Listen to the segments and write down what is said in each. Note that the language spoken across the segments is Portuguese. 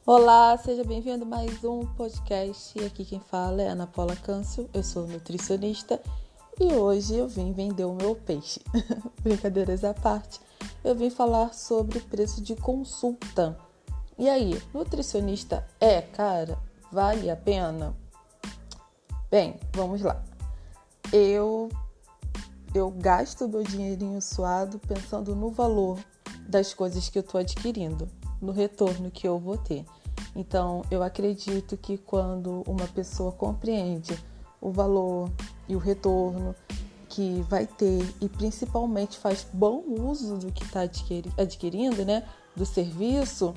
Olá, seja bem-vindo a mais um podcast. E aqui quem fala é Ana Paula Câncio, eu sou nutricionista e hoje eu vim vender o meu peixe. Brincadeiras à parte, eu vim falar sobre preço de consulta. E aí, nutricionista é cara? Vale a pena? Bem, vamos lá. Eu gasto meu dinheirinho suado pensando no valor das coisas que eu estou adquirindo, no retorno que eu vou ter. Então, eu acredito que quando uma pessoa compreende o valor e o retorno que vai ter e principalmente faz bom uso do que está adquirindo, né, do serviço,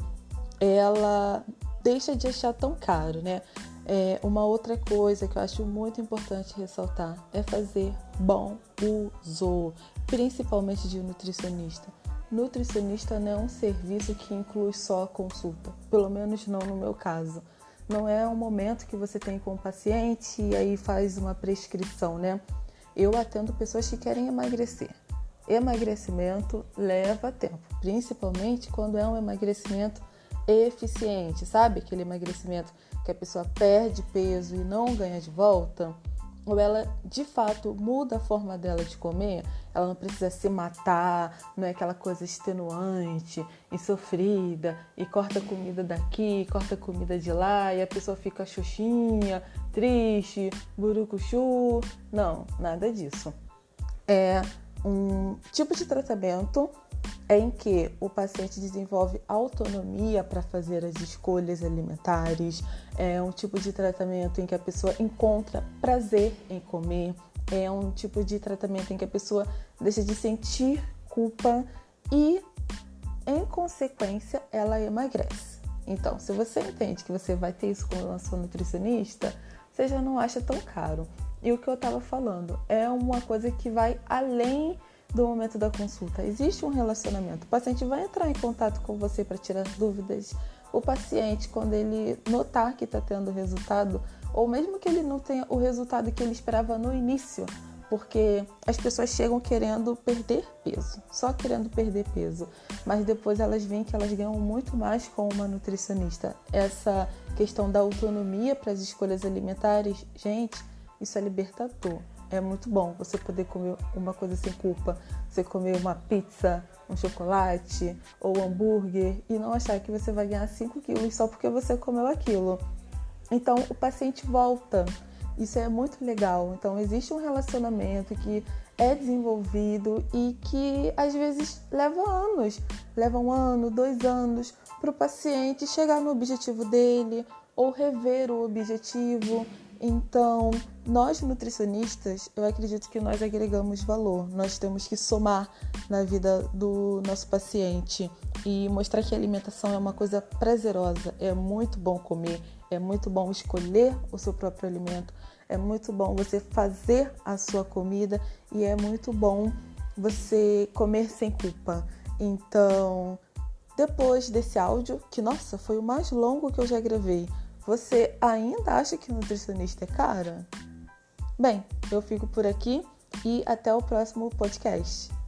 ela deixa de achar tão caro, né? Uma outra coisa que eu acho muito importante ressaltar é fazer bom uso, principalmente de nutricionista. Nutricionista não é um serviço que inclui só a consulta, pelo menos não no meu caso. Não é um momento que você tem com o paciente e aí faz uma prescrição, né? Eu atendo pessoas que querem emagrecer. Emagrecimento leva tempo, principalmente quando é um emagrecimento eficiente, sabe? Aquele emagrecimento que a pessoa perde peso e não ganha de volta, ou ela de fato muda a forma dela de comer, ela não precisa se matar, não é aquela coisa extenuante e sofrida, e corta comida daqui, corta comida de lá, e a pessoa fica xoxinha, triste, burucuchu. Não, nada disso. É um tipo de tratamento em que o paciente desenvolve autonomia para fazer as escolhas alimentares, é um tipo de tratamento em que a pessoa encontra prazer em comer, é um tipo de tratamento em que a pessoa deixa de sentir culpa e, em consequência, ela emagrece. Então, se você entende que você vai ter isso com a sua nutricionista, você já não acha tão caro. E o que eu estava falando é uma coisa que vai além do momento da consulta. Existe um relacionamento. O paciente vai entrar em contato com você para tirar dúvidas. O paciente, quando ele notar que está tendo resultado, ou mesmo que ele não tenha o resultado que ele esperava no início, porque as pessoas chegam querendo perder peso, só querendo perder peso, mas depois elas veem que elas ganham muito mais com uma nutricionista. Essa questão da autonomia para as escolhas alimentares, gente, isso é libertador. É muito bom você poder comer uma coisa sem culpa, você comer uma pizza, um chocolate ou um hambúrguer e não achar que você vai ganhar 5 quilos só porque você comeu aquilo. Então, o paciente volta. Isso é muito legal. Então, existe um relacionamento que é desenvolvido e que, às vezes, leva anos. Leva 1 ano, 2 anos para o paciente chegar no objetivo dele ou rever o objetivo. Então, nós nutricionistas, eu acredito que nós agregamos valor. Nós temos que somar na vida do nosso paciente e mostrar que a alimentação é uma coisa prazerosa. É muito bom comer, é muito bom escolher o seu próprio alimento, é muito bom você fazer a sua comida e é muito bom você comer sem culpa. Então, depois desse áudio, que nossa, foi o mais longo que eu já gravei, você ainda acha que nutricionista é cara? Bem, eu fico por aqui e até o próximo podcast.